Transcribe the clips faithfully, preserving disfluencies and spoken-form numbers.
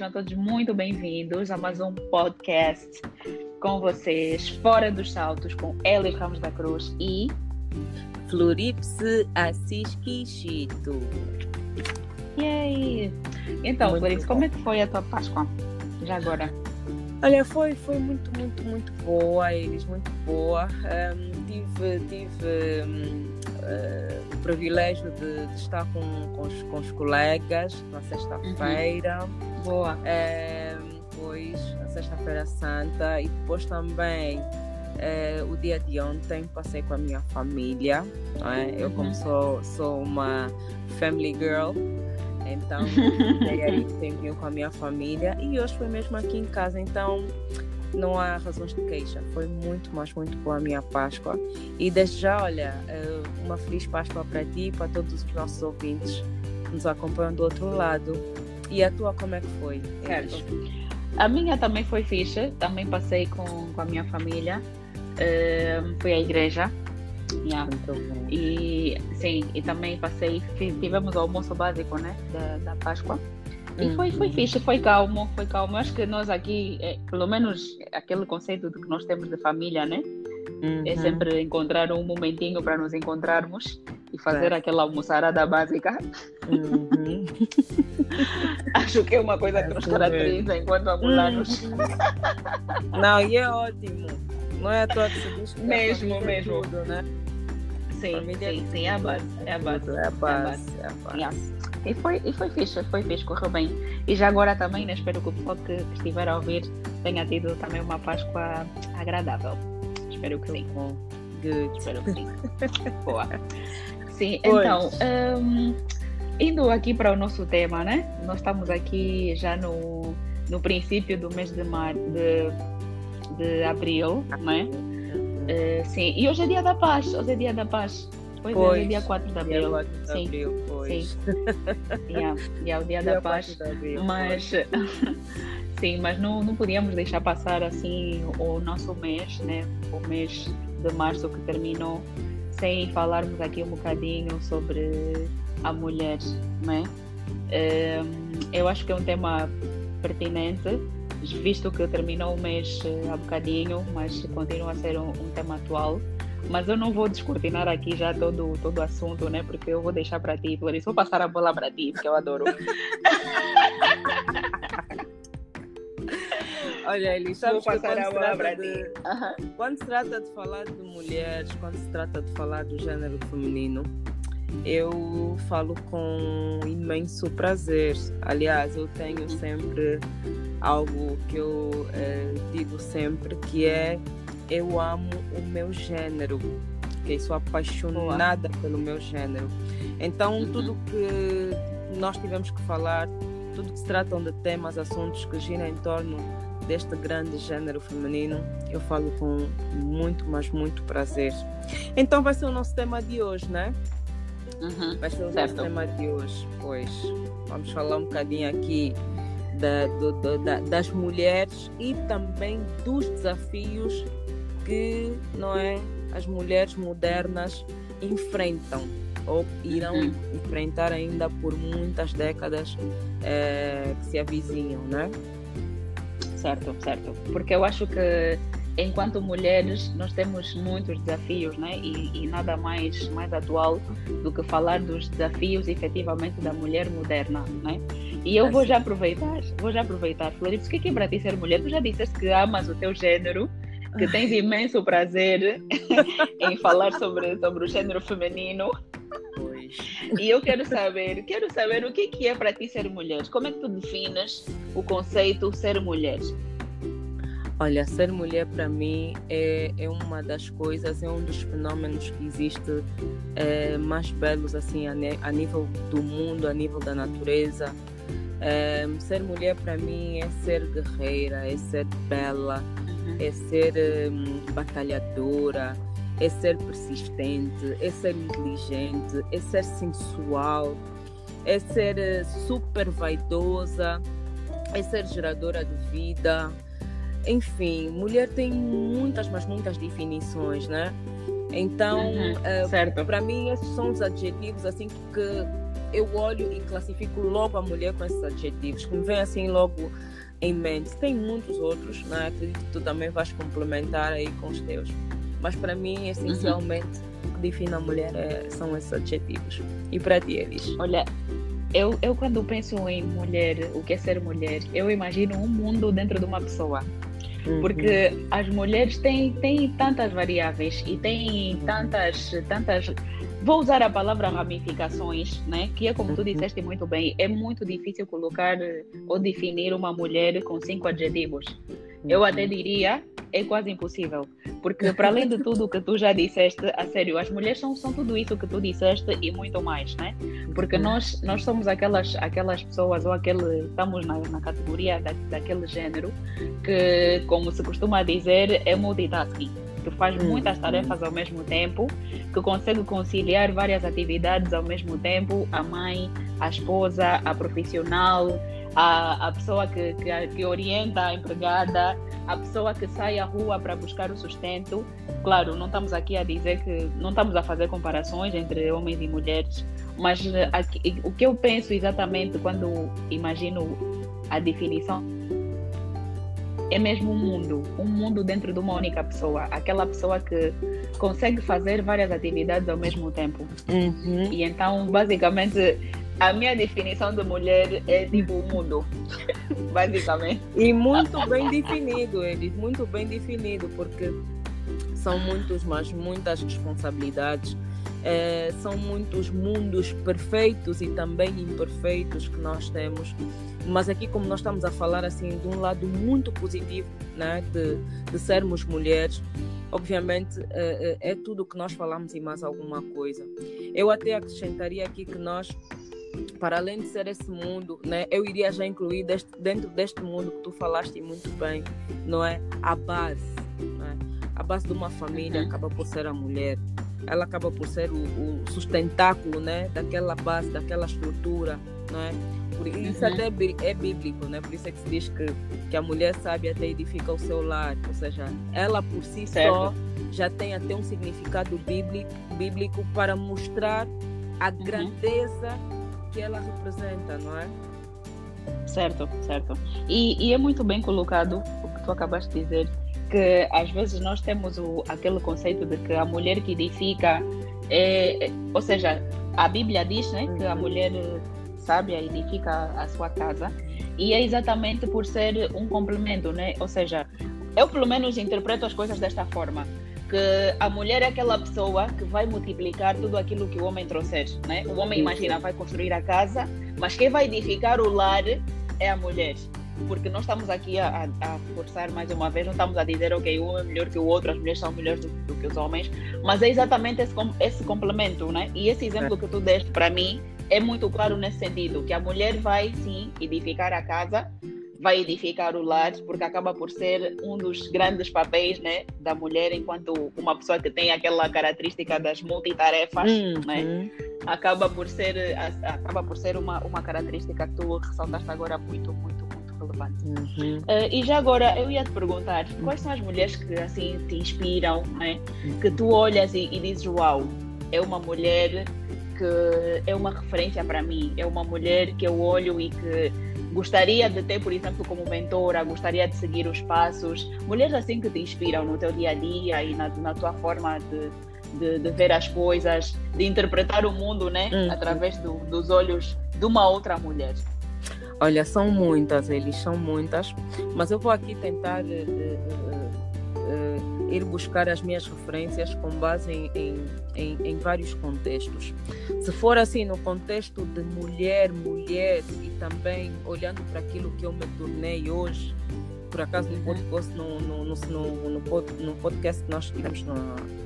sejam todos muito bem-vindos a mais um podcast com vocês, Fora dos Saltos, com Elis Ramos da Cruz e Floripse Assis Quixito. E aí? Então, Floripse, como é que foi a tua Páscoa? Já agora. Olha, foi, foi muito, muito, muito boa, Elis, muito boa. Um, tive tive um, uh, o privilégio de, de estar com, com, os, com os colegas na sexta-feira. Uhum. Boa. Um, depois, na sexta-feira santa, e depois também uh, o dia de ontem passei com a minha família. Não é? Eu, como sou, sou uma family girl, então dei aí um tempinho com a minha família e hoje foi mesmo aqui em casa, então não há razões de queixa. Foi muito, mas muito boa a minha Páscoa. E desde já, olha, uma feliz Páscoa para ti e para todos os nossos ouvintes que nos acompanham do outro lado. E a tua, como é que foi? Certo. A minha também foi fixe, também passei com, com a minha família, uh, fui à igreja. Yeah. E sim, e também passei, tivemos o almoço básico, né, da, da Páscoa. E uhum. foi, foi fixe, foi calmo, foi calmo. Acho que nós aqui, é, pelo menos aquele conceito de que nós temos de família, né? Uhum. É sempre encontrar um momentinho para nos encontrarmos e fazer é. aquela almoçarada básica. Uhum. Acho que é uma coisa que nos caracteriza enquanto angolanos. Uhum. Não, e é ótimo. Não é à toa que se diz que mesmo, mesmo. Tudo, né? Sim, família sim, sim, é a base. É a base. É a base. É a base. Yeah. E, foi, e foi fixe, foi fixe, correu bem. E já agora também, né, espero que o pessoal que, que estiver a ouvir tenha tido também uma Páscoa agradável. Espero que sim. Bom. Good. Espero que sim. Boa. Sim, pois. Então, um, indo aqui para o nosso tema, né? Nós estamos aqui já no, no princípio do mês de março. De, de abril, não é? Uh, sim, e hoje é dia da paz, hoje é dia da paz. Pois, pois. Hoje é dia quatro de abril. quatro de sim. abril, pois. Sim. yeah, yeah, o dia, dia da paz. Abril, mas sim, mas não, não podíamos deixar passar assim o nosso mês, né? O mês de março que terminou sem falarmos aqui um bocadinho sobre a mulher, não é? Um, eu acho que é um tema pertinente, visto que terminou o mês há bocadinho, mas continua a ser um, um tema atual. Mas eu não vou descortinar aqui já todo, todo o assunto, né? Porque eu vou deixar para ti, por isso vou passar a bola para ti, porque eu adoro. Olha, Elis, sabes vou passar que a bola para de... ti. Uhum. Quando se trata de falar de mulheres, quando se trata de falar do gênero feminino, eu falo com imenso prazer. Aliás, eu tenho sempre algo que eu eh, digo sempre, que é: eu amo o meu gênero, que sou apaixonada Boa. pelo meu gênero. Então, uhum. tudo que nós tivemos que falar, tudo que se tratam de temas, assuntos que giram em torno deste grande gênero feminino, eu falo com muito, mas muito prazer. Então, vai ser o nosso tema de hoje, né? Uhum. Vai ser o certo. nosso tema de hoje. Pois, vamos falar um bocadinho aqui da, do, do, da, das mulheres e também dos desafios que, não é, as mulheres modernas enfrentam ou irão uhum. enfrentar ainda por muitas décadas é, que se avizinham, né? Certo, certo. Porque eu acho que enquanto mulheres nós temos muitos desafios, né? E, e nada mais, mais atual do que falar dos desafios efetivamente da mulher moderna, né? E eu vou já aproveitar, vou já aproveitar, Floripse, o que é para ti ser mulher? Tu já disseste que amas o teu gênero, que tens imenso prazer em falar sobre, sobre o gênero feminino. Pois. E eu quero saber, quero saber o que, que é para ti ser mulher. Como é que tu defines o conceito ser mulher? Olha, ser mulher para mim é, é uma das coisas, é um dos fenômenos que existe é, mais belos assim a, a nível do mundo, a nível da natureza. É, ser mulher para mim é ser guerreira, é ser bela, uhum. é ser um, batalhadora, é ser persistente, é ser inteligente, é ser sensual, é ser uh, super vaidosa, é ser geradora de vida. Enfim, mulher tem muitas, mas muitas definições, né? Então, Uhum. uh, Certo. para mim, esses são os adjetivos assim que eu olho e classifico logo a mulher com esses adjetivos, que me vem assim logo em mente. Tem muitos outros, né? Acredito que tu também vais complementar aí com os teus. Mas para mim, essencialmente, uhum. o que define a mulher é, são esses adjetivos. E para ti, Elis? Olha, eu, eu quando penso em mulher, o que é ser mulher, eu imagino um mundo dentro de uma pessoa. Uhum. Porque as mulheres têm, têm tantas variáveis e têm tantas, tantas... Vou usar a palavra ramificações, né? Que é como tu disseste muito bem, é muito difícil colocar ou definir uma mulher com cinco adjetivos. Eu até diria, é quase impossível. Porque para além de tudo que tu já disseste, a sério, as mulheres são, são tudo isso que tu disseste e muito mais, né? Porque nós, nós somos aquelas, aquelas pessoas, ou aquele, estamos na, na categoria da, daquele género, que, como se costuma dizer, é multitasking. Que faz muitas tarefas ao mesmo tempo, que consegue conciliar várias atividades ao mesmo tempo, a mãe, a esposa, a profissional, a, a pessoa que, que, que orienta a empregada, a pessoa que sai à rua para buscar o sustento. Claro, não estamos aqui a dizer que, não estamos a fazer comparações entre homens e mulheres, mas aqui, o que eu penso exatamente quando imagino a definição é mesmo um mundo, um mundo dentro de uma única pessoa, aquela pessoa que consegue fazer várias atividades ao mesmo tempo. Uhum. E então, basicamente, a minha definição de mulher é tipo o mundo, basicamente. E muito bem definido, eles, muito bem definido, porque são muitos, mas muitas responsabilidades. É, são muitos mundos perfeitos e também imperfeitos que nós temos, mas aqui, como nós estamos a falar assim de um lado muito positivo, né, de, de sermos mulheres, obviamente é, é tudo o que nós falamos e mais alguma coisa. Eu até acrescentaria aqui que nós, para além de ser esse mundo, né, eu iria já incluir deste, dentro deste mundo que tu falaste muito bem, não é? A base, né? A base de uma família acaba por ser a mulher. Ela acaba por ser o, o sustentáculo, né, daquela base, daquela estrutura, não é? Por isso uhum. até é bíblico, né? Por isso é que se diz que, que a mulher sábia até edifica o seu lar, ou seja, ela por si certo. Só já tem até um significado bíblico, bíblico para mostrar a uhum. grandeza que ela representa, não é? Certo, certo. E, e é muito bem colocado o que tu acabaste de dizer, que às vezes nós temos o, aquele conceito de que a mulher que edifica, é, é, ou seja, a Bíblia diz, né, que a mulher sábia edifica a sua casa, e é exatamente por ser um complemento, né? Ou seja, eu pelo menos interpreto as coisas desta forma, que a mulher é aquela pessoa que vai multiplicar tudo aquilo que o homem trouxer, né? O homem, imagina, vai construir a casa, mas quem vai edificar o lar é a mulher. Porque nós estamos aqui a, a forçar mais uma vez, não estamos a dizer, ok, um é melhor que o outro, as mulheres são melhores do, do que os homens, mas é exatamente esse, esse complemento, né? E esse exemplo que tu deste para mim é muito claro nesse sentido, que a mulher vai sim edificar a casa, vai edificar o lar, porque acaba por ser um dos grandes papéis, né, da mulher, enquanto uma pessoa que tem aquela característica das multitarefas, uhum. né? Acaba por ser, acaba por ser uma, uma característica que tu ressaltaste agora muito, muito, muito relevante. Uhum. Uh, e já agora, eu ia te perguntar, quais são as mulheres que assim te inspiram, né? Que tu olhas e, e dizes, uau, é uma mulher que é uma referência para mim, é uma mulher que eu olho e que gostaria de ter, por exemplo, como mentora, gostaria de seguir os passos, mulheres assim que te inspiram no teu dia a dia e na, na tua forma de, de, de ver as coisas, de interpretar o mundo, né, uhum. através do, dos olhos de uma outra mulher. Olha, são muitas, eles são muitas, mas eu vou aqui tentar uh, uh, uh, ir buscar as minhas referências com base em, em, em, em vários contextos. Se for assim, no contexto de mulher, mulher, e também olhando para aquilo que eu me tornei hoje, por acaso no podcast, no, no, no, no, no podcast que nós tivemos, no,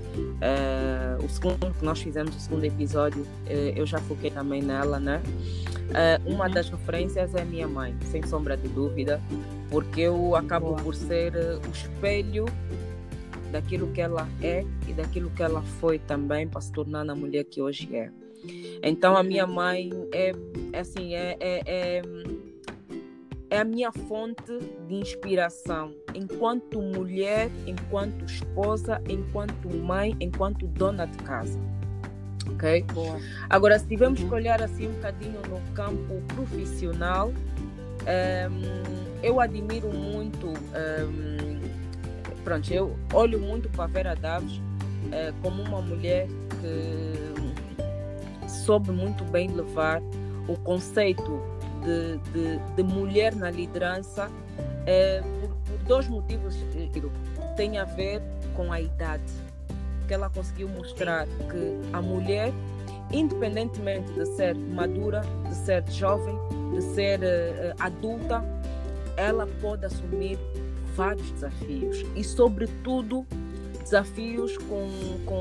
uh, o segundo que nós fizemos, o segundo episódio, uh, eu já foquei também nela, né? Uh, uma das referências é a minha mãe, sem sombra de dúvida, porque eu acabo Boa. por ser uh, o espelho daquilo que ela é e daquilo que ela foi também para se tornar na mulher que hoje é. Então a minha mãe é assim, é, é, é, é a minha fonte de inspiração, enquanto mulher, enquanto esposa, enquanto mãe, enquanto dona de casa. Ok? Boa. Agora, se tivermos que olhar assim um bocadinho no campo profissional, um, eu admiro muito, um, pronto, eu olho muito para a Vera Daves uh, como uma mulher que soube muito bem levar o conceito de, de, de mulher na liderança uh, por, por dois motivos. Tem a ver com a idade, que ela conseguiu mostrar que a mulher, independentemente de ser madura, de ser jovem, de ser uh, adulta, ela pode assumir vários desafios e, sobretudo, desafios com, com,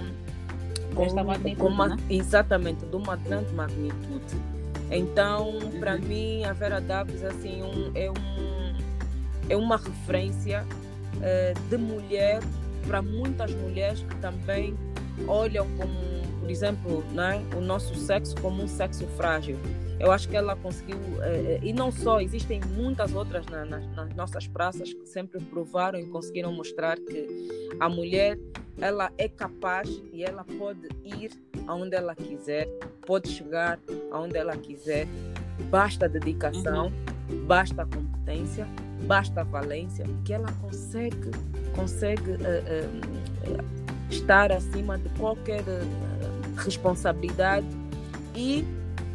com, Esta magnitude, com uma, né? exatamente, de uma grande magnitude. Então, uhum. para mim, a Vera Daves assim, um, é, um, é uma referência uh, de mulher para muitas mulheres que também olham como, por exemplo, né, o nosso sexo como um sexo frágil. Eu acho que ela conseguiu, eh, e não só, existem muitas outras na, na, nas nossas praças que sempre provaram e conseguiram mostrar que a mulher, ela é capaz e ela pode ir aonde ela quiser, pode chegar aonde ela quiser, basta dedicação, uhum. basta competência, basta valência, que ela consegue, consegue uh, uh, estar acima de qualquer uh, responsabilidade e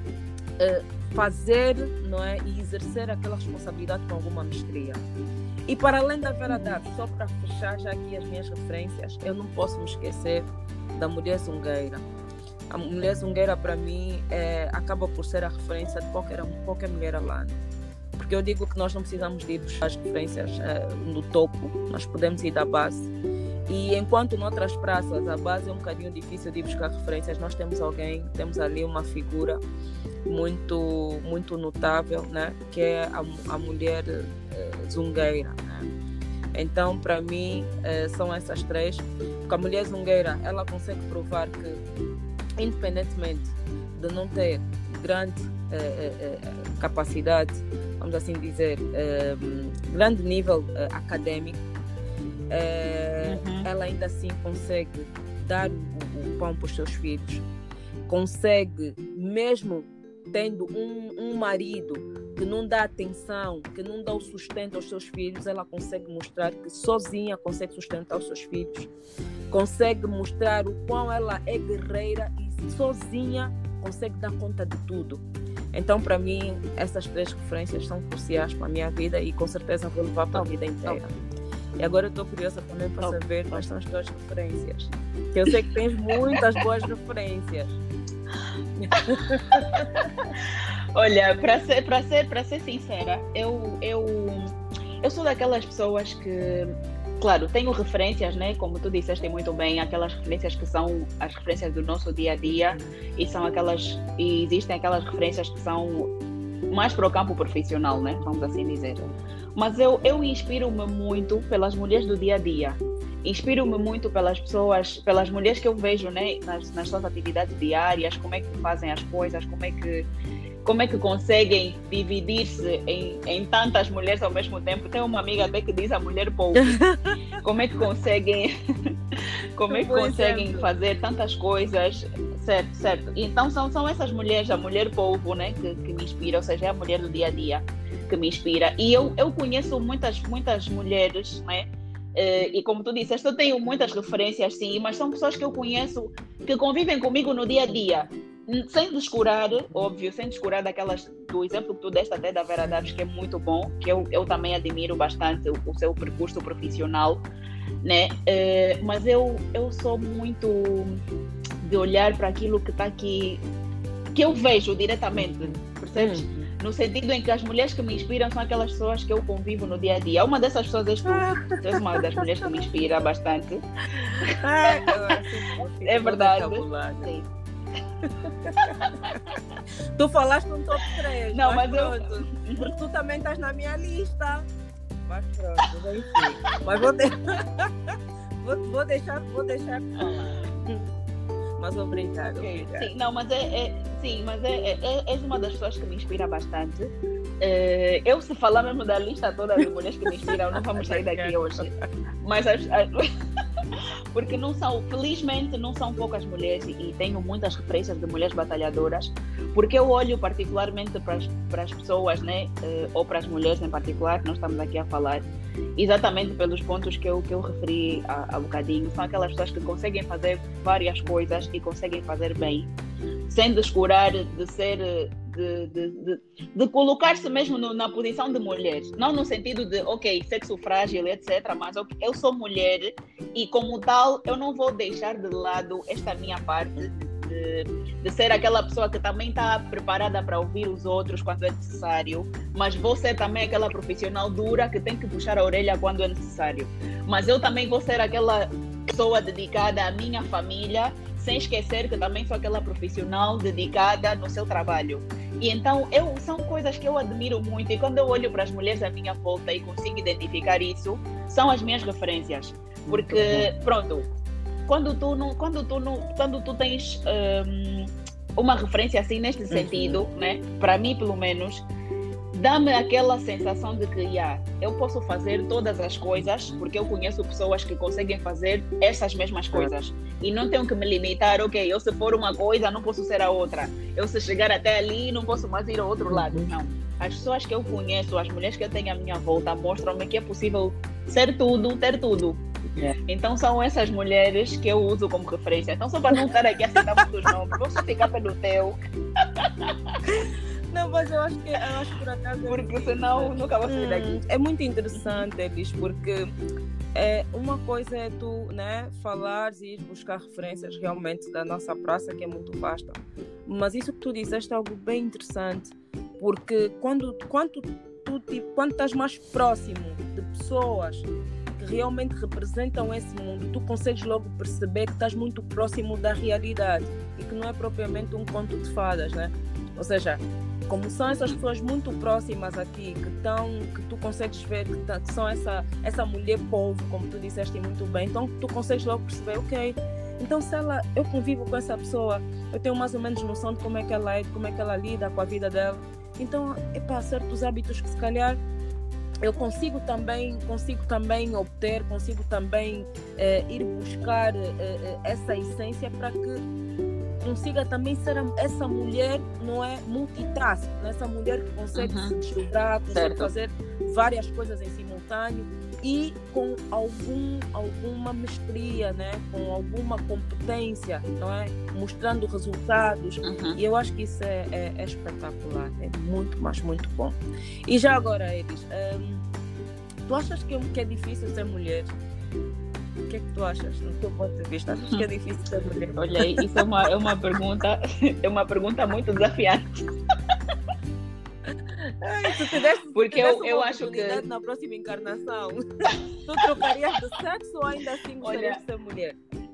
uh, fazer, não é, e exercer aquela responsabilidade com alguma mestria. E para além da Vera Daves, só para fechar já aqui as minhas referências, eu não posso me esquecer da mulher zungueira. A mulher zungueira, para mim, é, acaba por ser a referência de qualquer, qualquer mulher alana. Porque eu digo que nós não precisamos de ir buscar as referências uh, no topo, nós podemos ir da base. E enquanto noutras praças a base é um bocadinho difícil de ir buscar referências, nós temos alguém, temos ali uma figura muito, muito notável, né? Que é a, a mulher uh, zungueira. Né? Então, para mim, uh, são essas três. Porque a mulher zungueira, ela consegue provar que, independentemente de não ter grande uh, uh, capacidade, vamos assim dizer, uh, grande nível uh, académico, uh, uhum. ela ainda assim consegue dar o, o pão para os seus filhos, consegue, mesmo tendo um, um marido que não dá atenção, que não dá o sustento aos seus filhos, ela consegue mostrar que sozinha consegue sustentar os seus filhos, consegue mostrar o quão ela é guerreira e sozinha consegue dar conta de tudo. Então, para mim, essas três referências são cruciais para a minha vida e com certeza vou levar para a vida inteira. E agora eu estou curiosa também para saber quais são as tuas referências, que eu sei que tens muitas boas referências. Olha, para ser, para ser, para ser sincera, eu, eu, eu sou daquelas pessoas que, claro, tenho referências, né? Como tu disseste muito bem, aquelas referências que são as referências do nosso dia a dia e são aquelas, e existem aquelas referências que são mais para o campo profissional, né? Vamos assim dizer. Mas eu, eu inspiro-me muito pelas mulheres do dia a dia. Inspiro-me muito pelas pessoas, pelas mulheres que eu vejo, né, nas, nas suas atividades diárias, como é que fazem as coisas, como é que, como é que conseguem dividir-se em, em tantas mulheres ao mesmo tempo. Tem uma amiga até que diz a mulher polvo. Como é que conseguem, como é que conseguem fazer tantas coisas, certo, certo. Então são, são essas mulheres, a mulher polvo, né, que, que me inspira, ou seja, é a mulher do dia a dia que me inspira. E eu, eu conheço muitas, muitas mulheres, né? Uh, e como tu disseste, eu tenho muitas referências, sim, mas são pessoas que eu conheço que convivem comigo no dia a dia, sem descurar, óbvio, sem descurar daquelas, do exemplo que tu deste até da Vera Daves, que é muito bom, que eu, eu também admiro bastante o, o seu percurso profissional, né? Uh, mas eu, eu sou muito de olhar para aquilo que está aqui, que eu vejo diretamente, percebes? Hum. No sentido em que as mulheres que me inspiram são aquelas pessoas que eu convivo no dia a dia. Uma dessas pessoas és tu. Tu és uma das mulheres que me inspira bastante. Ai, eu é verdade. Sim. Tu falaste um top três. Não, mas, mas pronto. Eu... Porque tu também estás na minha lista. Mas pronto, enfim. Mas vou, de... vou, vou deixar, vou deixar de falar. Mas obrigada. Okay. Sim, não, mas é, é sim, mas é, é, é uma das pessoas que me inspira bastante. Uh, eu, se falar mesmo da lista toda de mulheres que me inspiram, não vamos sair daqui hoje. Mas as, as... porque não são, felizmente, não são poucas mulheres e, e tenho muitas referências de mulheres batalhadoras, porque eu olho particularmente para as, para as pessoas, né, uh, ou para as mulheres em particular, que nós estamos aqui a falar, exatamente pelos pontos que eu, que eu referi há, há bocadinho. São aquelas pessoas que conseguem fazer várias coisas e conseguem fazer bem, sem descurar de ser... de, de, de, de colocar-se mesmo no, na posição de mulher, não no sentido de, ok, sexo frágil, etcétera, mas okay, eu sou mulher e como tal eu não vou deixar de lado esta minha parte de, de ser aquela pessoa que também está preparada para ouvir os outros quando é necessário, mas vou ser também aquela profissional dura que tem que puxar a orelha quando é necessário, mas eu também vou ser aquela pessoa dedicada à minha família, sem esquecer que também sou aquela profissional dedicada no seu trabalho. E então, eu, são coisas que eu admiro muito, e quando eu olho para as mulheres à minha volta e consigo identificar isso, são as minhas referências. Porque, pronto, quando tu, não, quando tu, não, quando tu tens um, uma referência assim neste sentido, uhum. né, para mim pelo menos, dá-me aquela sensação de que yeah, eu posso fazer todas as coisas, porque eu conheço pessoas que conseguem fazer essas mesmas coisas. E não tenho que me limitar, ok, eu se for uma coisa, não posso ser a outra. Eu se chegar até ali, não posso mais ir ao outro lado. Não. As pessoas que eu conheço, as mulheres que eu tenho à minha volta, mostram-me que é possível ser tudo, ter tudo. Yeah. Então são essas mulheres que eu uso como referência. Então só para não estar aqui a citar muitos nomes, vou só ficar pelo teu. Não, mas eu acho que, eu acho que por acaso... Porque é senão nunca vou sair daqui. Hum, é muito interessante, Elis, porque é, uma coisa é tu, né, falares e ir buscar referências realmente da nossa praça, que é muito vasta. Mas isso que tu disseste é algo bem interessante, porque quando, quando, tu, quando estás mais próximo de pessoas que realmente representam esse mundo, tu consegues logo perceber que estás muito próximo da realidade e que não é propriamente um conto de fadas, né? Ou seja, como são essas pessoas muito próximas aqui, que, tão, que tu consegues ver que, tá, que são essa, essa mulher povo, como tu disseste muito bem, então tu consegues logo perceber, ok, então se ela, eu convivo com essa pessoa, eu tenho mais ou menos noção de como é que ela é, de como é que ela lida com a vida dela, então, epá, certos hábitos que se calhar eu consigo também, consigo também obter, consigo também eh, ir buscar eh, essa essência para que consiga também ser essa mulher, não é, multitask, essa mulher que consegue uhum. se desdobrar, consegue certo. fazer várias coisas em simultâneo e com algum, alguma mestria, né? Com alguma competência, não é? Mostrando resultados. Uhum. E eu acho que isso é, é, é espetacular, é muito, mas muito bom. E já agora, Elis, hum, tu achas que, que é difícil ser mulher? O que é que tu achas, do teu ponto de vista? Achas que é difícil ser mulher? Olha, isso é uma, é uma pergunta, é uma pergunta muito desafiante. Ai, se tivesse, porque se tivesse eu, eu acho que na próxima encarnação, tu trocarias de sexo ou ainda assim gostarias de ser mulher?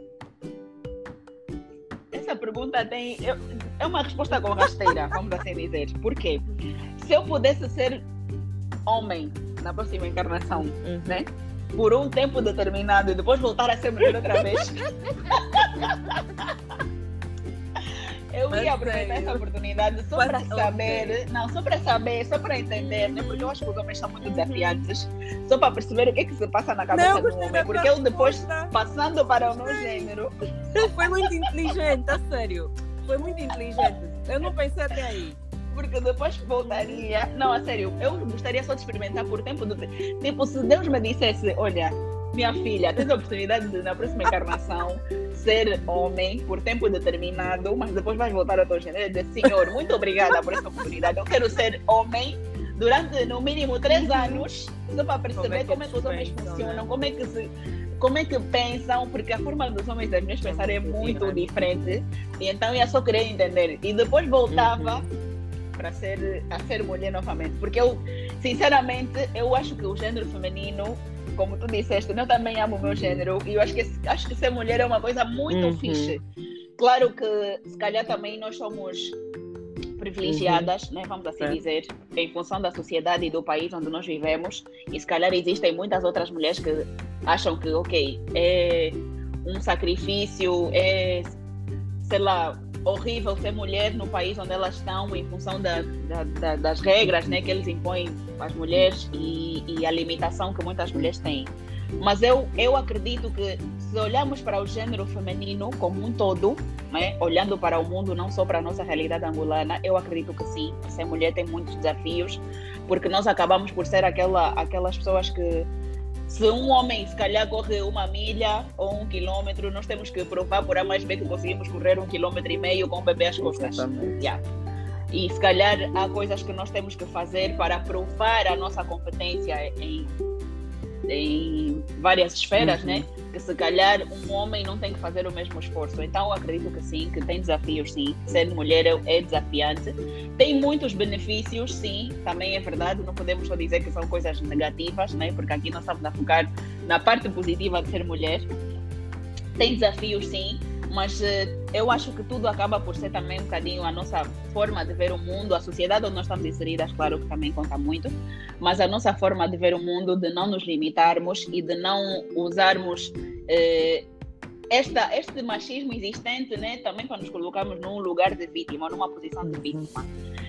Essa pergunta tem, é uma resposta com rasteira, vamos assim dizer. Por quê? Se eu pudesse ser homem na próxima encarnação, uhum. né? Por um tempo determinado e depois voltar a ser mulher outra vez, eu ia aproveitar essa oportunidade só para saber, não, só para saber, só para entender, né? Porque eu acho que os homens são muito desafiantes, só para perceber o que é que se passa na cabeça do homem, porque eu depois, passando para o meu gênero... Foi muito inteligente, a sério, foi muito inteligente, eu não pensei até aí. Porque depois voltaria... Não, a sério, eu gostaria só de experimentar por tempo do... Tipo, se Deus me dissesse, olha, minha filha, tens a oportunidade de, na próxima encarnação, ser homem por tempo determinado, mas depois vais voltar ao teu gênero e dizer, Senhor, muito obrigada por essa oportunidade, eu quero ser homem durante, no mínimo, três anos, só para perceber como é que, como é que os homens pensam, funcionam, né? como é que se... como é que pensam, porque a forma dos homens e das mulheres pensar é muito diferente, e então eu só queria entender, e depois voltava... Uhum. para ser, a ser mulher novamente, porque eu, sinceramente, eu acho que o gênero feminino, como tu disseste, eu também amo o meu gênero, e eu acho que, acho que ser mulher é uma coisa muito uhum. fixe. Claro que, se calhar, também nós somos privilegiadas, uhum. né, vamos assim é. dizer, em função da sociedade e do país onde nós vivemos, e se calhar existem muitas outras mulheres que acham que, ok, é um sacrifício, é, sei lá, horrível ser mulher no país onde elas estão em função da, da, da, das regras, né, que eles impõem às mulheres e, e a limitação que muitas mulheres têm. Mas eu, eu acredito que se olharmos para o gênero feminino como um todo, né, olhando para o mundo, não só para a nossa realidade angolana, eu acredito que sim, ser mulher tem muitos desafios, porque nós acabamos por ser aquela, aquelas pessoas que, se um homem se calhar corre uma milha ou um quilômetro, nós temos que provar por A mais B que conseguimos correr um quilômetro e meio com o bebê às costas. Yeah. E se calhar há coisas que nós temos que fazer para provar a nossa competência em em várias esferas, uhum. né? Que se calhar um homem não tem que fazer o mesmo esforço. Então eu acredito que sim, que tem desafios, sim. Ser mulher é, é desafiante. Tem muitos benefícios, sim, também é verdade. Não podemos só dizer que são coisas negativas, né? Porque aqui nós estamos a focar na parte positiva de ser mulher. Tem desafios, sim, mas uh, eu acho que tudo acaba por ser também um bocadinho a nossa forma de ver o mundo, a sociedade onde nós estamos inseridas, claro que também conta muito, mas a nossa forma de ver o mundo, de não nos limitarmos e de não usarmos uh, esta, este machismo existente, né, também para nos colocarmos num lugar de vítima, numa posição de vítima.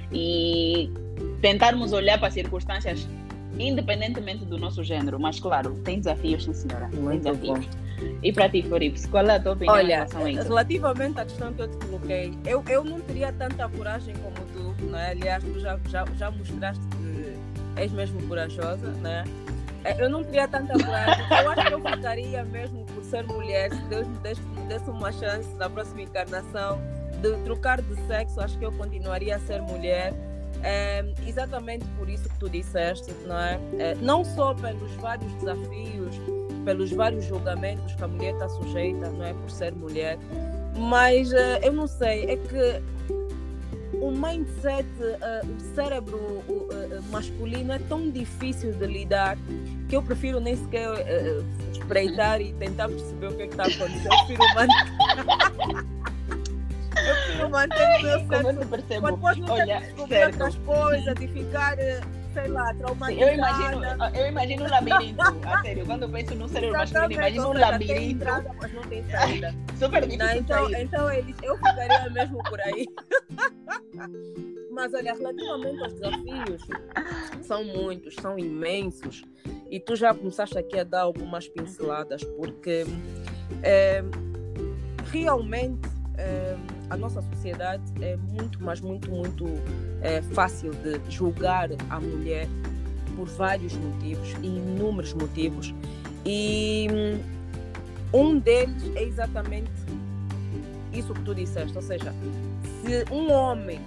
E tentarmos olhar para as circunstâncias independentemente do nosso género, mas claro, tem desafios, sim senhora, tem desafios. Bom. E para ti, Forips, qual é a tua opinião? Olha, em relação a isso? Relativamente à questão que eu te coloquei, eu, eu não teria tanta coragem como tu, não é? Aliás, tu já, já, já mostraste que és mesmo corajosa, né? Eu não teria tanta coragem, eu acho que eu ficaria mesmo por ser mulher, se Deus me desse, me desse uma chance na próxima encarnação de trocar de sexo, acho que eu continuaria a ser mulher. É, exatamente por isso que tu disseste, não é? É, não só pelos vários desafios, pelos vários julgamentos que a mulher está sujeita, não é, por ser mulher, mas é, eu não sei, é que o mindset, é, o cérebro o, é, masculino é tão difícil de lidar que eu prefiro nem sequer é, espreitar e tentar perceber o que é que está acontecendo. Eu prefiro manter... Eu prefiro manter o meu sexo. Mas depois não ter que descobrir outras coisas, de ficar, sei lá, traumatizada. Eu imagino, eu imagino um labirinto, a sério. Quando eu penso num cérebro masculino, imagino um labirinto. Tem entrada, mas não tem saída. Super difícil. Não, então, então eles, eu ficaria mesmo por aí. Mas olha, relativamente aos desafios, são muitos, são imensos. E tu já começaste aqui a dar algumas pinceladas, porque é, realmente é, a nossa sociedade é muito, mas muito, muito é, fácil de julgar a mulher por vários motivos, inúmeros motivos. E um deles é exatamente isso que tu disseste, ou seja, se um homem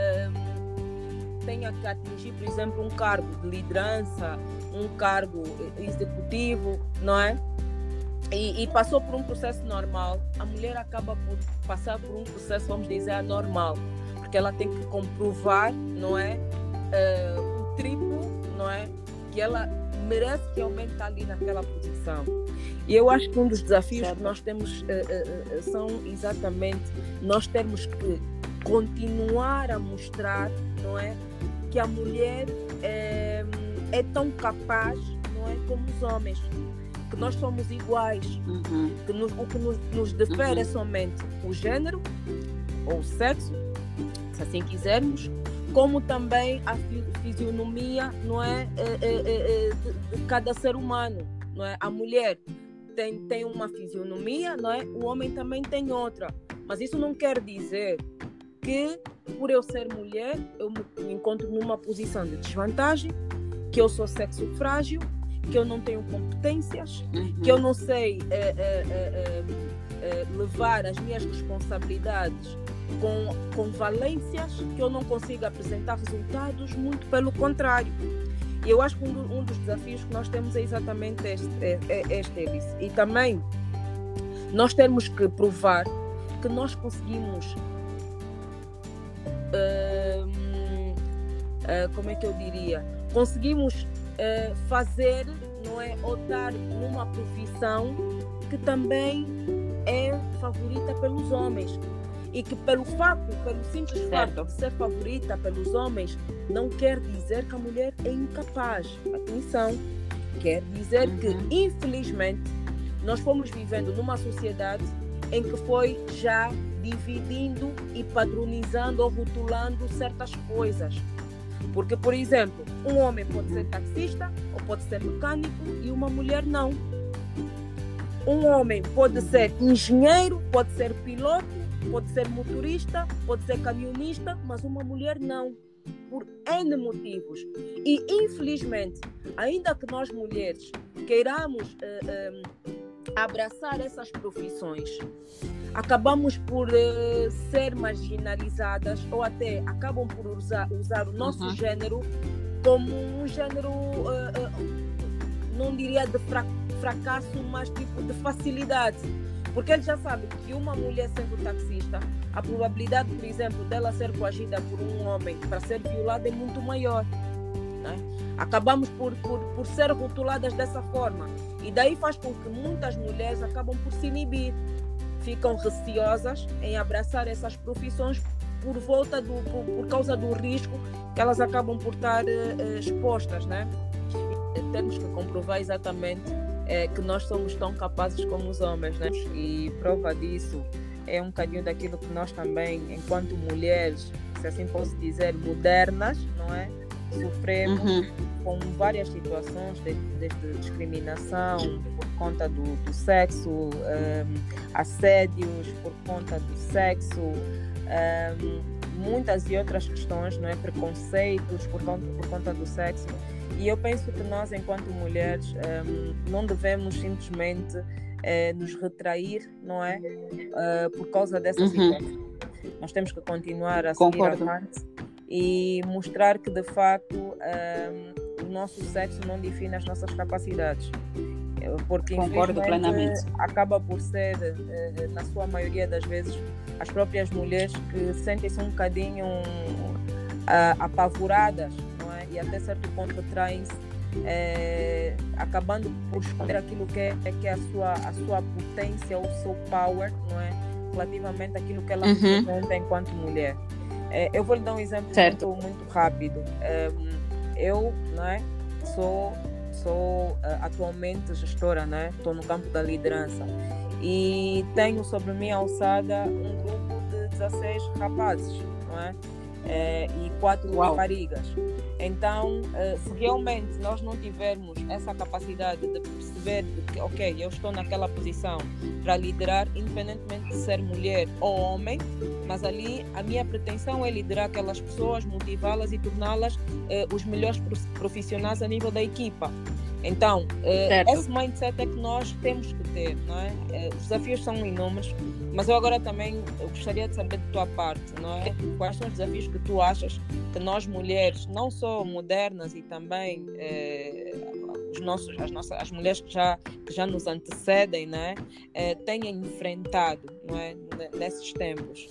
um, tenha que atingir, por exemplo, um cargo de liderança, um cargo executivo, não é? E, e passou por um processo normal, a mulher acaba por passar por um processo, vamos dizer, anormal, porque ela tem que comprovar, não é, uh, o triplo, não é, que ela merece realmente estar ali naquela posição. E eu acho que um dos desafios certo. que nós temos uh, uh, uh, são exatamente nós termos que continuar a mostrar, não é, que a mulher é, é tão capaz, não é, como os homens, que nós somos iguais, uhum. que nos, o que nos, nos difere uhum. é somente o género ou o sexo, se assim quisermos, como também a fisionomia, não é, é, é, é de, de cada ser humano, não é? A mulher tem, tem uma fisionomia, não é? O homem também tem outra, mas isso não quer dizer que por eu ser mulher eu me encontro numa posição de desvantagem, que eu sou sexo frágil, que eu não tenho competências, uhum. que eu não sei é, é, é, é, levar as minhas responsabilidades com, com valências, que eu não consigo apresentar resultados, muito pelo contrário. E eu acho que um, um dos desafios que nós temos é exatamente este, é, é este é esse. E também nós temos que provar que nós conseguimos uh, uh, como é que eu diria? Conseguimos Uh, fazer, não é, ou estar numa profissão que também é favorita pelos homens, e que pelo facto, pelo simples certo. facto de ser favorita pelos homens, não quer dizer que a mulher é incapaz. Atenção, quer dizer uhum. que infelizmente nós fomos vivendo numa sociedade em que foi já dividindo e padronizando ou rotulando certas coisas. Porque, por exemplo, um homem pode ser taxista ou pode ser mecânico e uma mulher não. Um homem pode ser engenheiro, pode ser piloto, pode ser motorista, pode ser camionista, mas uma mulher não. Por N motivos. E, infelizmente, ainda que nós mulheres queiramos uh, uh, abraçar essas profissões, acabamos por uh, ser marginalizadas ou até acabam por usar, usar o nosso uhum. género como um género, uh, uh, não diria de fra fracasso, mas tipo de facilidade. Porque ele já sabe que uma mulher sendo taxista, a probabilidade, por exemplo, dela ser coagida por um homem para ser violada é muito maior. Né? Acabamos por, por, por ser rotuladas dessa forma. E daí faz com que muitas mulheres acabam por se inibir. Ficam receosas em abraçar essas profissões por, volta do, por, por causa do risco que elas acabam por estar uh, expostas. Né? E temos que comprovar exatamente É, que nós somos tão capazes como os homens, né? E prova disso é um bocadinho daquilo que nós também, enquanto mulheres, se assim posso dizer, modernas, não é? Sofremos uhum. com várias situações, desde, desde discriminação por conta do, do sexo, um, assédios por conta do sexo, um, muitas e outras questões, não é? Preconceitos por conta, por conta do sexo. E eu penso que nós, enquanto mulheres, um, não devemos simplesmente uh, nos retrair, não é? Uh, por causa dessa uhum. situação. Nós temos que continuar a seguir avante e mostrar que, de facto, um, o nosso sexo não define as nossas capacidades. Porque, Concordo plenamente. Acaba por ser, uh, na sua maioria das vezes, as próprias mulheres que sentem-se um bocadinho uh, apavoradas, e até certo ponto traem-se, é, acabando por esconder aquilo que é, que é a, sua, a sua potência, o seu power, não é? Relativamente àquilo que ela uhum. representa enquanto mulher. É, eu vou lhe dar um exemplo muito, muito rápido. É, eu, não é? sou, sou atualmente gestora, não é? Estou no campo da liderança e tenho sobre mim alçada um grupo de dezasseis rapazes, não é? É, e quatro Uau. raparigas. Então, uh, se realmente nós não tivermos essa capacidade de perceber que, ok, eu estou naquela posição para liderar, independentemente de ser mulher ou homem, mas ali a minha pretensão é liderar aquelas pessoas, motivá-las e torná-las uh, os melhores profissionais a nível da equipa. Então, uh, esse mindset é que nós temos que ter, não é? Uh, os desafios são inúmeros, mas eu agora também eu gostaria de saber de tua parte, não é? Quais são os desafios que tu achas que nós mulheres, não só modernas e também uh, os nossos, as, nossas, as mulheres que já, que já nos antecedem, não é? Uh, têm enfrentado, não é? Nesses tempos.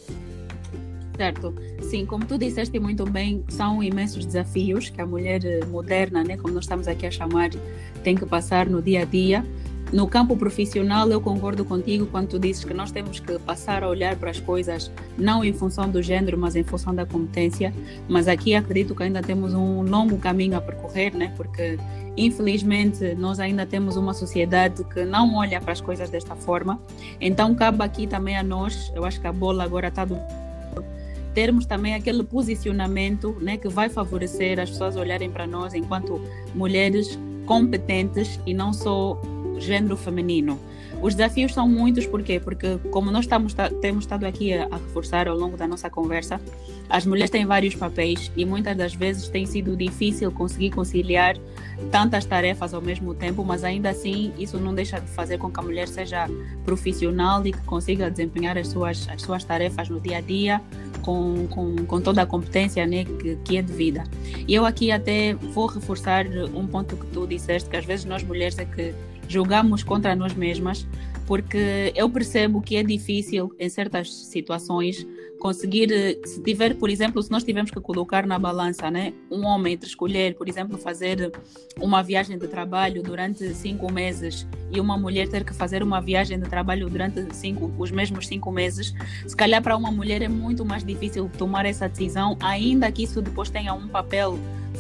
Certo, sim, como tu disseste muito bem, são imensos desafios que a mulher moderna, né, como nós estamos aqui a chamar, tem que passar no dia a dia. No campo profissional, eu concordo contigo quando tu dizes que nós temos que passar a olhar para as coisas não em função do género, mas em função da competência. Mas aqui acredito que ainda temos um longo caminho a percorrer, né, porque infelizmente nós ainda temos uma sociedade que não olha para as coisas desta forma. Então cabe aqui também a nós, eu acho que a bola agora está do termos também aquele posicionamento, né, que vai favorecer as pessoas olharem para nós enquanto mulheres competentes e não só género feminino. Os desafios são muitos, por quê? Porque como nós estamos, temos estado aqui a, a reforçar ao longo da nossa conversa, as mulheres têm vários papéis e muitas das vezes tem sido difícil conseguir conciliar tantas tarefas ao mesmo tempo, mas ainda assim isso não deixa de fazer com que a mulher seja profissional e que consiga desempenhar as suas, as suas tarefas no dia a dia com, com, com toda a competência, né, que, que é devida. E eu aqui até vou reforçar um ponto que tu disseste, que às vezes nós mulheres é que julgamos contra nós mesmas, porque eu percebo que é difícil em certas situações conseguir, se tiver, por exemplo, se nós tivermos que colocar na balança, né, um homem entre escolher, por exemplo, fazer uma viagem de trabalho durante cinco meses e uma mulher ter que fazer uma viagem de trabalho durante cinco, os mesmos cinco meses, se calhar para uma mulher é muito mais difícil tomar essa decisão, ainda que isso depois tenha um papel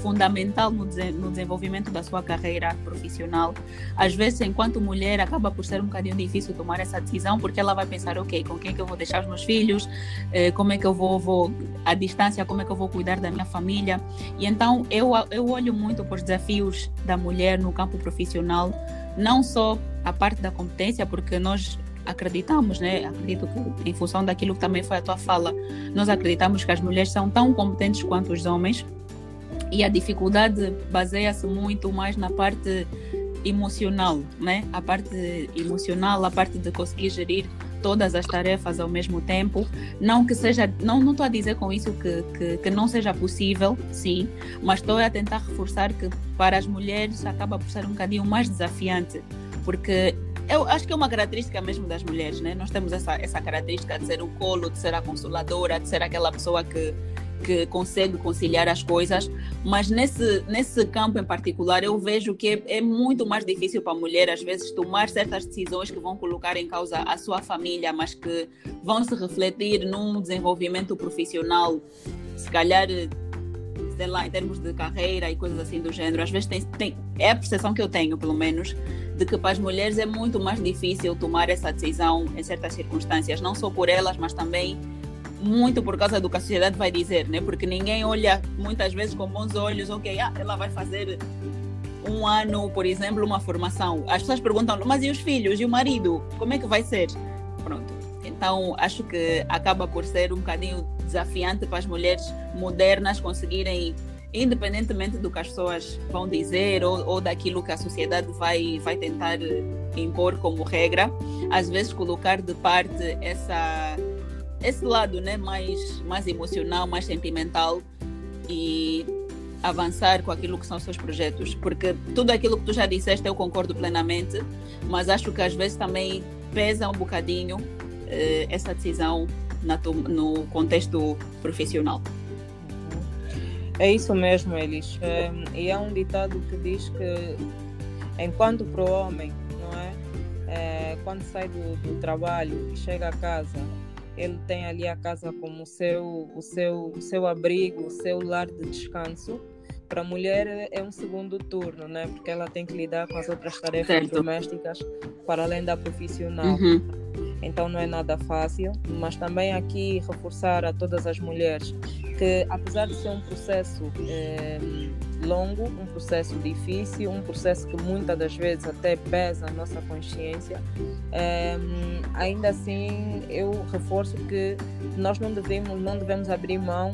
fundamental no, no desenvolvimento da sua carreira profissional. Às vezes, enquanto mulher, acaba por ser um bocadinho difícil tomar essa decisão, porque ela vai pensar, ok, com quem é que eu vou deixar os meus filhos, eh, como é que eu vou, vou, à distância, como é que eu vou cuidar da minha família. E então, eu, eu olho muito para os desafios da mulher no campo profissional, não só a parte da competência, porque nós acreditamos, né? Acredito que, em função daquilo que também foi a tua fala, nós acreditamos que as mulheres são tão competentes quanto os homens, e a dificuldade baseia-se muito mais na parte emocional, né? A parte emocional, a parte de conseguir gerir todas as tarefas ao mesmo tempo. Não que seja, não não estou a dizer com isso que, que, que não seja possível, sim, mas estou a tentar reforçar que para as mulheres acaba por ser um bocadinho mais desafiante, porque eu acho que é uma característica mesmo das mulheres, né? Nós temos essa, essa característica de ser o colo, de ser a consoladora, de ser aquela pessoa que, que consegue conciliar as coisas, mas nesse, nesse campo em particular eu vejo que é, é muito mais difícil para a mulher, às vezes, tomar certas decisões que vão colocar em causa a sua família, mas que vão se refletir num desenvolvimento profissional, se calhar, sei lá, em termos de carreira e coisas assim do gênero. Às vezes tem, tem, é a percepção que eu tenho, pelo menos, de que para as mulheres é muito mais difícil tomar essa decisão em certas circunstâncias, não só por elas, mas também muito por causa do que a sociedade vai dizer, né? Porque ninguém olha muitas vezes com bons olhos, ok, ah, ela vai fazer um ano, por exemplo, uma formação. As pessoas perguntam, mas e os filhos? E o marido? Como é que vai ser? Pronto. Então, acho que acaba por ser um bocadinho desafiante para as mulheres modernas conseguirem, independentemente do que as pessoas vão dizer ou, ou daquilo que a sociedade vai, vai tentar impor como regra, às vezes colocar de parte essa, esse lado, né, mais, mais emocional, mais sentimental, e avançar com aquilo que são os seus projetos. Porque tudo aquilo que tu já disseste eu concordo plenamente, mas acho que às vezes também pesa um bocadinho eh, essa decisão na tu, no contexto profissional. É isso mesmo, Elis. É, e há um ditado que diz que, enquanto para o homem, não é? É, quando sai do, do trabalho e chega a casa, ele tem ali a casa como o seu, o seu, o seu abrigo, o seu lar de descanso. Para a mulher é um segundo turno, né? Porque ela tem que lidar com as outras tarefas certo. domésticas para além da profissional. Uhum. Então não é nada fácil, mas também aqui reforçar a todas as mulheres que, apesar de ser um processo eh, longo, um processo difícil, um processo que muitas das vezes até pesa a nossa consciência, eh, ainda assim eu reforço que nós não devemos, não devemos abrir mão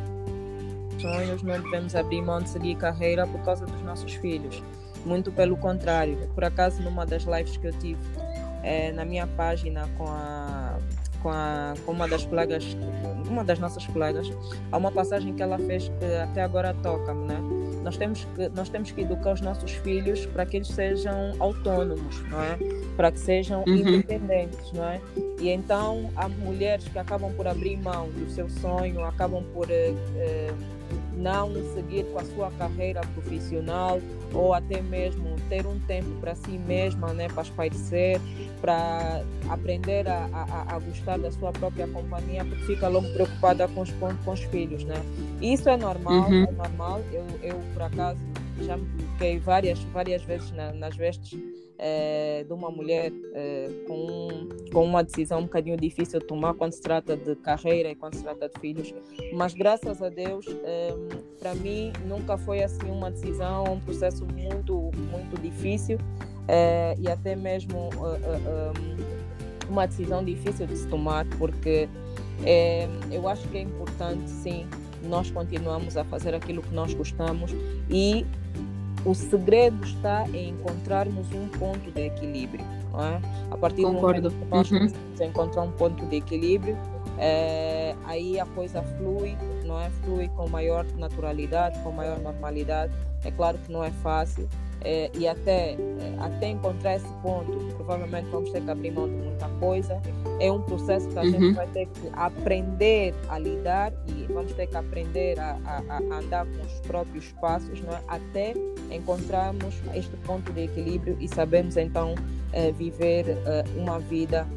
dos sonhos, não devemos abrir mão de seguir carreira por causa dos nossos filhos. Muito pelo contrário. Por acaso, numa das lives que eu tive É, na minha página com, a, com, a, com uma das colegas, uma das nossas colegas, há uma passagem que ela fez que até agora toca-me, né? Nós temos que, nós temos que educar os nossos filhos para que eles sejam autônomos, não é? Para que sejam uhum. independentes, não é? E então há mulheres que acabam por abrir mão do seu sonho, acabam por eh, eh, não seguir com a sua carreira profissional, ou até mesmo ter um tempo para si mesma, né, para espairecer, para aprender a, a, a gostar da sua própria companhia, porque fica logo preocupada com os, com, com os filhos, né? E isso é normal, uhum. é normal. Eu, eu, por acaso, já me coloquei várias, várias vezes na, nas vestes é, de uma mulher é, com, com uma decisão um bocadinho difícil de tomar quando se trata de carreira e quando se trata de filhos, mas graças a Deus é, para mim nunca foi assim uma decisão, um processo muito, muito difícil é, e até mesmo é, é, uma decisão difícil de se tomar, porque é, eu acho que é importante, sim, nós continuamos a fazer aquilo que nós gostamos, e o segredo está em encontrarmos um ponto de equilíbrio, não é? A partir Concordo. do momento que nós uhum. conseguimos encontrar um ponto de equilíbrio, é, aí a coisa flui, não é? Flui com maior naturalidade, com maior normalidade. É claro que não é fácil, é, e até, é, até encontrar esse ponto, provavelmente vamos ter que abrir mão de muita coisa. É um processo que a uhum. gente vai ter que aprender a lidar, e vamos ter que aprender a, a, a andar com os próprios passos, não é? Até encontrarmos este ponto de equilíbrio e sabemos então uh, viver uh, uma vida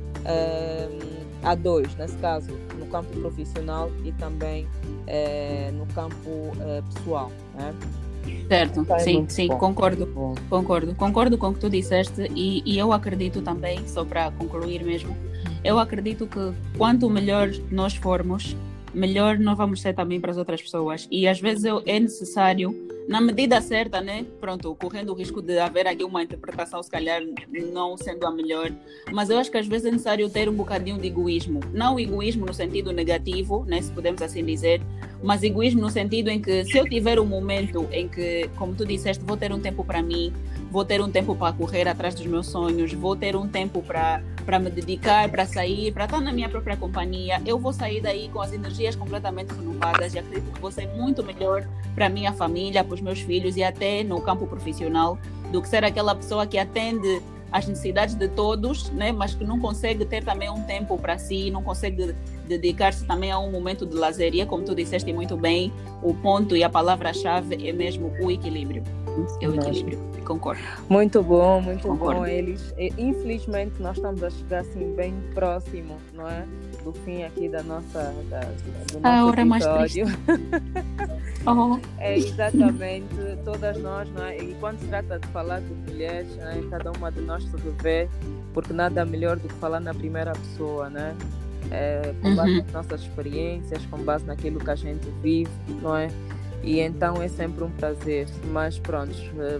uh, a dois, nesse caso no campo profissional e também uh, no campo uh, pessoal, né? Certo, Então, é sim, muito sim, bom. concordo, Bom. concordo, concordo com o que tu disseste e, e eu acredito também, só para concluir mesmo, eu acredito que quanto melhor nós formos, melhor nós vamos ser também para as outras pessoas e às vezes eu- é necessário, na medida certa, né, pronto, correndo o risco de haver aqui uma interpretação se calhar não sendo a melhor, mas eu acho que às vezes é necessário ter um bocadinho de egoísmo, não egoísmo no sentido negativo, né, se podemos assim dizer, mas egoísmo no sentido em que se eu tiver um momento em que, como tu disseste, vou ter um tempo para mim, vou ter um tempo para correr atrás dos meus sonhos, vou ter um tempo para para me dedicar, para sair, para estar na minha própria companhia, eu vou sair daí com as energias completamente renovadas e acredito que vou ser muito melhor para a minha família, para os meus filhos e até no campo profissional do que ser aquela pessoa que atende às necessidades de todos, né? Mas que não consegue ter também um tempo para si, não consegue dedicar-se também a um momento de lazer. E é como tu disseste muito bem, o ponto e a palavra-chave é mesmo o equilíbrio. É o equilíbrio, concordo. Muito bom, muito Concordo. bom, eles. E, infelizmente nós estamos a chegar assim bem próximo, não é? Do fim aqui da nossa, da, do A nosso hora mais episódio. Oh, É exatamente, todas nós, não é? E quando se trata de falar de mulheres, né, cada uma de nós se revê, porque nada melhor do que falar na primeira pessoa, né? É, com base Uhum. nas nossas experiências, com base naquilo que a gente vive, não é? E então é sempre um prazer, mas pronto,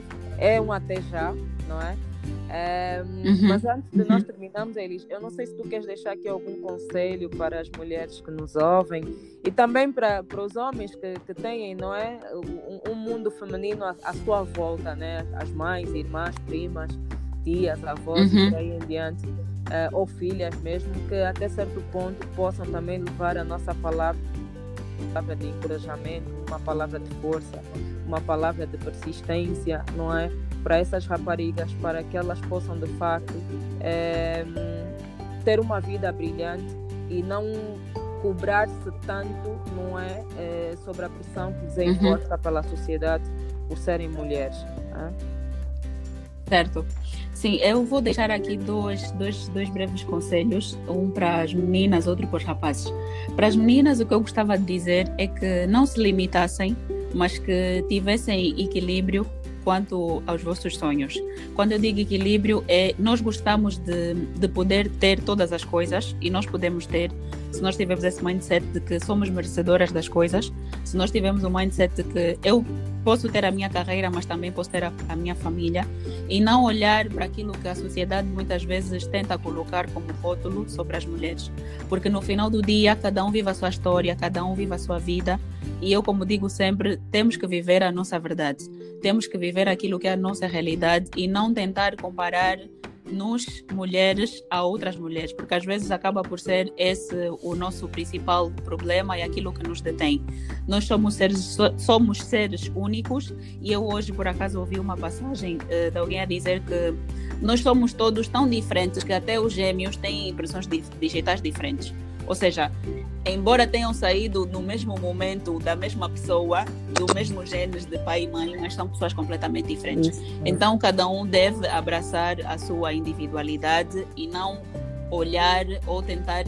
é um até já, não é? É, Uhum. mas antes de nós Uhum. terminarmos, Elis, eu não sei se tu queres deixar aqui algum conselho para as mulheres que nos ouvem e também para, para os homens que, que têm, não é? Um, um mundo feminino à, à sua volta, né? As mães, irmãs, primas, tias, avós Uhum. e por aí em diante, uh, ou filhas mesmo, que até certo ponto possam também levar a nossa palavra, palavra de encorajamento, uma palavra de força, uma palavra de persistência, não é? Para essas raparigas, para que elas possam de facto é, ter uma vida brilhante e não cobrar-se tanto, não é, é sobre a pressão que lhes é imposta uhum. pela sociedade por serem mulheres. É? Certo. Sim, eu vou deixar aqui dois, dois, dois breves conselhos, um para as meninas, outro para os rapazes. Para as meninas, o que eu gostava de dizer é que não se limitassem, mas que tivessem equilíbrio quanto aos vossos sonhos. Quando eu digo equilíbrio, é nós gostamos de, de poder ter todas as coisas e nós podemos ter, se nós tivermos esse mindset de que somos merecedoras das coisas, se nós tivermos o mindset de que eu posso ter a minha carreira, mas também posso ter a, a minha família e não olhar para aquilo que a sociedade muitas vezes tenta colocar como rótulo sobre as mulheres, porque no final do dia cada um vive a sua história, cada um vive a sua vida e eu, como digo sempre, temos que viver a nossa verdade, temos que viver aquilo que é a nossa realidade e não tentar comparar nos mulheres a outras mulheres, porque às vezes acaba por ser esse o nosso principal problema e aquilo que nos detém. Nós somos seres, somos seres únicos e eu hoje por acaso ouvi uma passagem uh, de alguém a dizer que nós somos todos tão diferentes que até os gêmeos têm impressões digitais diferentes. Ou seja, embora tenham saído no mesmo momento da mesma pessoa, do mesmo gênero de pai e mãe, mas são pessoas completamente diferentes. Isso. Então, cada um deve abraçar a sua individualidade e não olhar ou tentar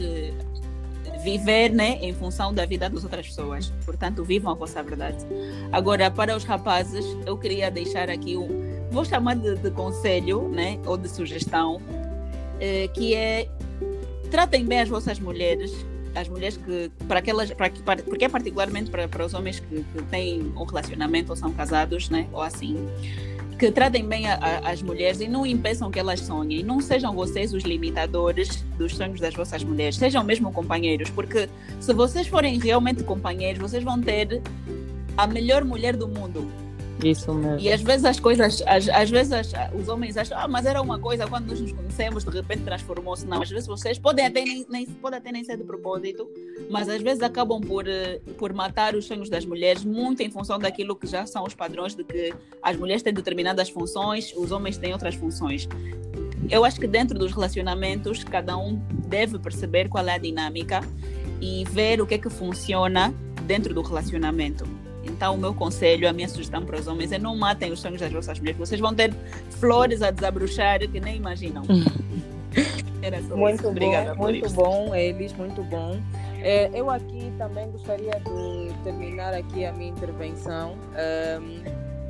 viver, né, em função da vida das outras pessoas. Portanto, vivam a vossa verdade. Agora, para os rapazes, eu queria deixar aqui um, vou chamar de, de conselho, né, ou de sugestão, eh, que é tratem bem as vossas mulheres, as mulheres que, para aquelas, para, para, porque é particularmente para, para os homens que, que têm um relacionamento ou são casados, né, ou assim, que tratem bem a, a, as mulheres e não impeçam que elas sonhem, não sejam vocês os limitadores dos sonhos das vossas mulheres, sejam mesmo companheiros, porque se vocês forem realmente companheiros, vocês vão ter a melhor mulher do mundo. Isso mesmo. E às vezes as coisas, às, às vezes as, os homens acham, ah, mas era uma coisa, quando nós nos conhecemos, de repente transformou-se. Não, às vezes vocês podem até nem, nem, podem até nem ser de propósito, mas às vezes acabam por, por matar os sonhos das mulheres, muito em função daquilo que já são os padrões de que as mulheres têm determinadas funções, os homens têm outras funções. Eu acho que dentro dos relacionamentos, cada um deve perceber qual é a dinâmica e ver o que é que funciona dentro do relacionamento. Então, o meu conselho, a minha sugestão para os homens é não matem os sonhos das vossas mulheres. Vocês vão ter flores a desabrochar que nem imaginam. Era só muito isso. Bom, Obrigada por muito isso. bom, Elis, muito bom. É, eu aqui também gostaria de terminar aqui a minha intervenção um,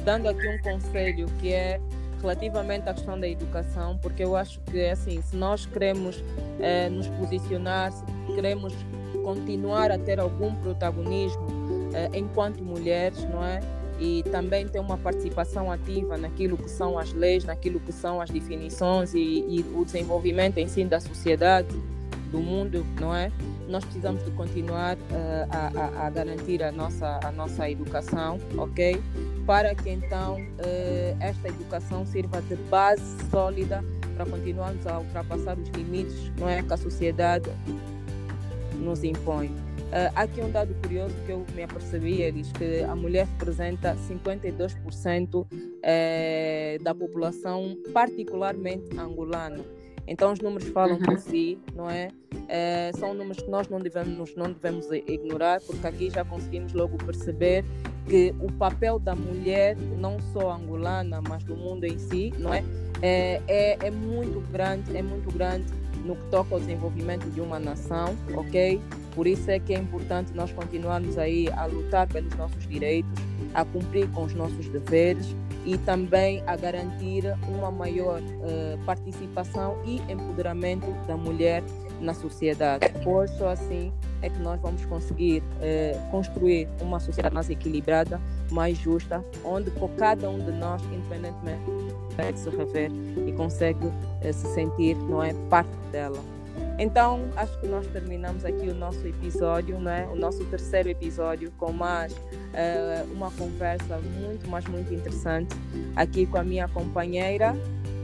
dando aqui um conselho que é relativamente à questão da educação, porque eu acho que, assim, se nós queremos eh, nos posicionar, se queremos continuar a ter algum protagonismo eh, enquanto mulheres, não é? E também ter uma participação ativa naquilo que são as leis, naquilo que são as definições e, e o desenvolvimento em si da sociedade, do mundo, não é? Nós precisamos de continuar uh, a, a, a garantir a nossa, a nossa educação, ok? Para que então uh, esta educação sirva de base sólida para continuarmos a ultrapassar os limites, não é, que a sociedade nos impõe. Uh, há aqui um dado curioso que eu me apercebi, eles, que a mulher representa cinquenta e dois por cento eh, da população, particularmente angolana. Então os números falam Uhum. por si, não é? É, são números que nós não devemos, não devemos ignorar, porque aqui já conseguimos logo perceber que o papel da mulher, não só angolana, mas do mundo em si, não é? É, é, é muito grande, é muito grande no que toca ao desenvolvimento de uma nação, ok? Por isso é que é importante nós continuarmos aí a lutar pelos nossos direitos, a cumprir com os nossos deveres e também a garantir uma maior uh, participação e empoderamento da mulher na sociedade. Pois só assim é que nós vamos conseguir uh, construir uma sociedade mais equilibrada, mais justa, onde por cada um de nós, independentemente, consegue se rever e consegue uh, se sentir, não é, parte dela. Então, acho que nós terminamos aqui o nosso episódio, né? O nosso terceiro episódio, com mais uh, uma conversa muito, mas muito interessante, aqui com a minha companheira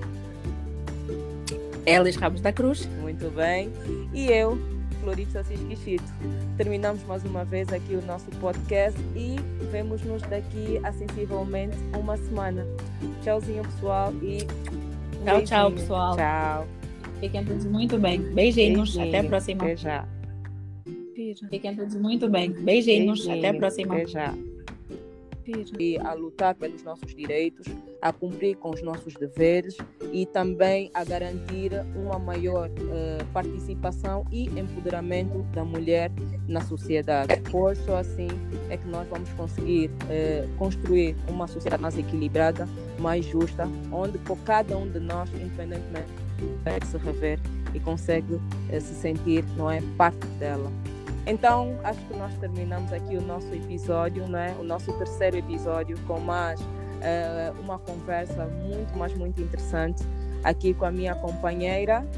Elis Ramos da Cruz. Muito bem. E eu, Floritza Cisquichito. Terminamos mais uma vez aqui o nosso podcast e vemos-nos daqui a sensivelmente uma semana. Tchauzinho, pessoal, e um Tchau, beijinho. tchau, pessoal. Tchau. Fiquem todos muito bem. Beijinhos. Beijinho. Até a próxima. Até já. Fiquem todos muito bem. Beijinhos. Beijinho. Até a próxima. Até já. E a lutar pelos nossos direitos, a cumprir com os nossos deveres e também a garantir uma maior uh, participação e empoderamento da mulher na sociedade. Pois só assim é que nós vamos conseguir uh, construir uma sociedade mais equilibrada, mais justa, onde por cada um de nós, independentemente, consegue se rever e consegue uh, se sentir, não é, parte dela. Então, acho que nós terminamos aqui o nosso episódio, né? O nosso terceiro episódio, com mais uh, uma conversa muito, mas muito interessante, aqui com a minha companheira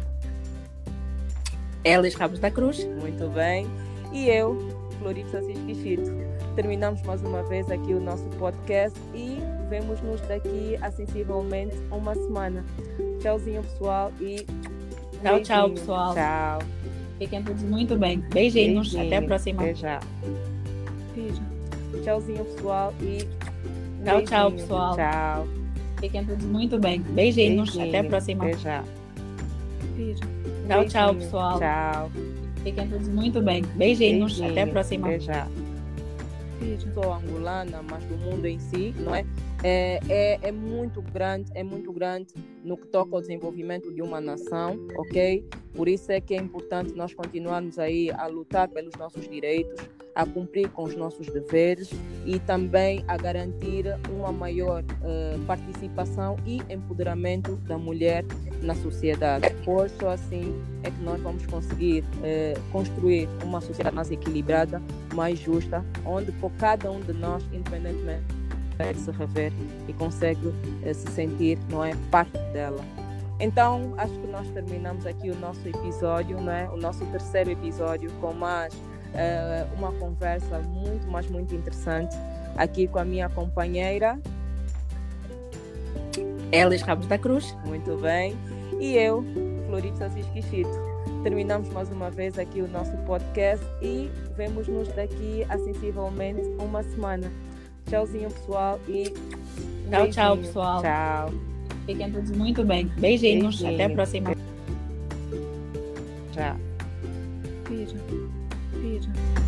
Elis Ramos da Cruz. Muito bem. E eu, Floritza Cisquichito. Terminamos mais uma vez aqui o nosso podcast e vemos-nos daqui a sensivelmente uma semana. Tchauzinho, pessoal, e Tchau, tchau, beijinho. pessoal. Tchau. Fiquem todos muito bem. Beijinhos. Beijinho. Até a próxima. Até já. Tchauzinho, pessoal, e Tchau, tchau, beijinho. pessoal. Tchau. Fiquem todos muito bem. Beijinhos. Beijinho. Até a próxima. Até já. Tchau, tchau, Beijinho. pessoal. Tchau. Fiquem todos muito bem. Beijinhos. Beijinho. Até a próxima. Até já. Sou angolana, mas do mundo em si, não é? É, é, é muito grande, é muito grande no que toca ao desenvolvimento de uma nação, ok? Por isso é que é importante nós continuarmos aí a lutar pelos nossos direitos, a cumprir com os nossos deveres e também a garantir uma maior uh, participação e empoderamento da mulher na sociedade. Pois só assim é que nós vamos conseguir uh, construir uma sociedade mais equilibrada, mais justa, onde por cada um de nós, independentemente, consegue se rever e consegue uh, se sentir, não é, parte dela. Então, acho que nós terminamos aqui o nosso episódio, não é? O nosso terceiro episódio, com mais uh, uma conversa muito, mas muito interessante, aqui com a minha companheira Elis Ramos da Cruz. Muito bem. E eu, Floritza Cisquichito. Terminamos mais uma vez aqui o nosso podcast e vemos-nos daqui a sensivelmente uma semana. Tchauzinho, pessoal, e Tchau, tchau, beijinho. pessoal. Tchau. Fiquem todos muito bem. Beijinhos. Beijinho. Até a próxima. Tchau. Pira, pira.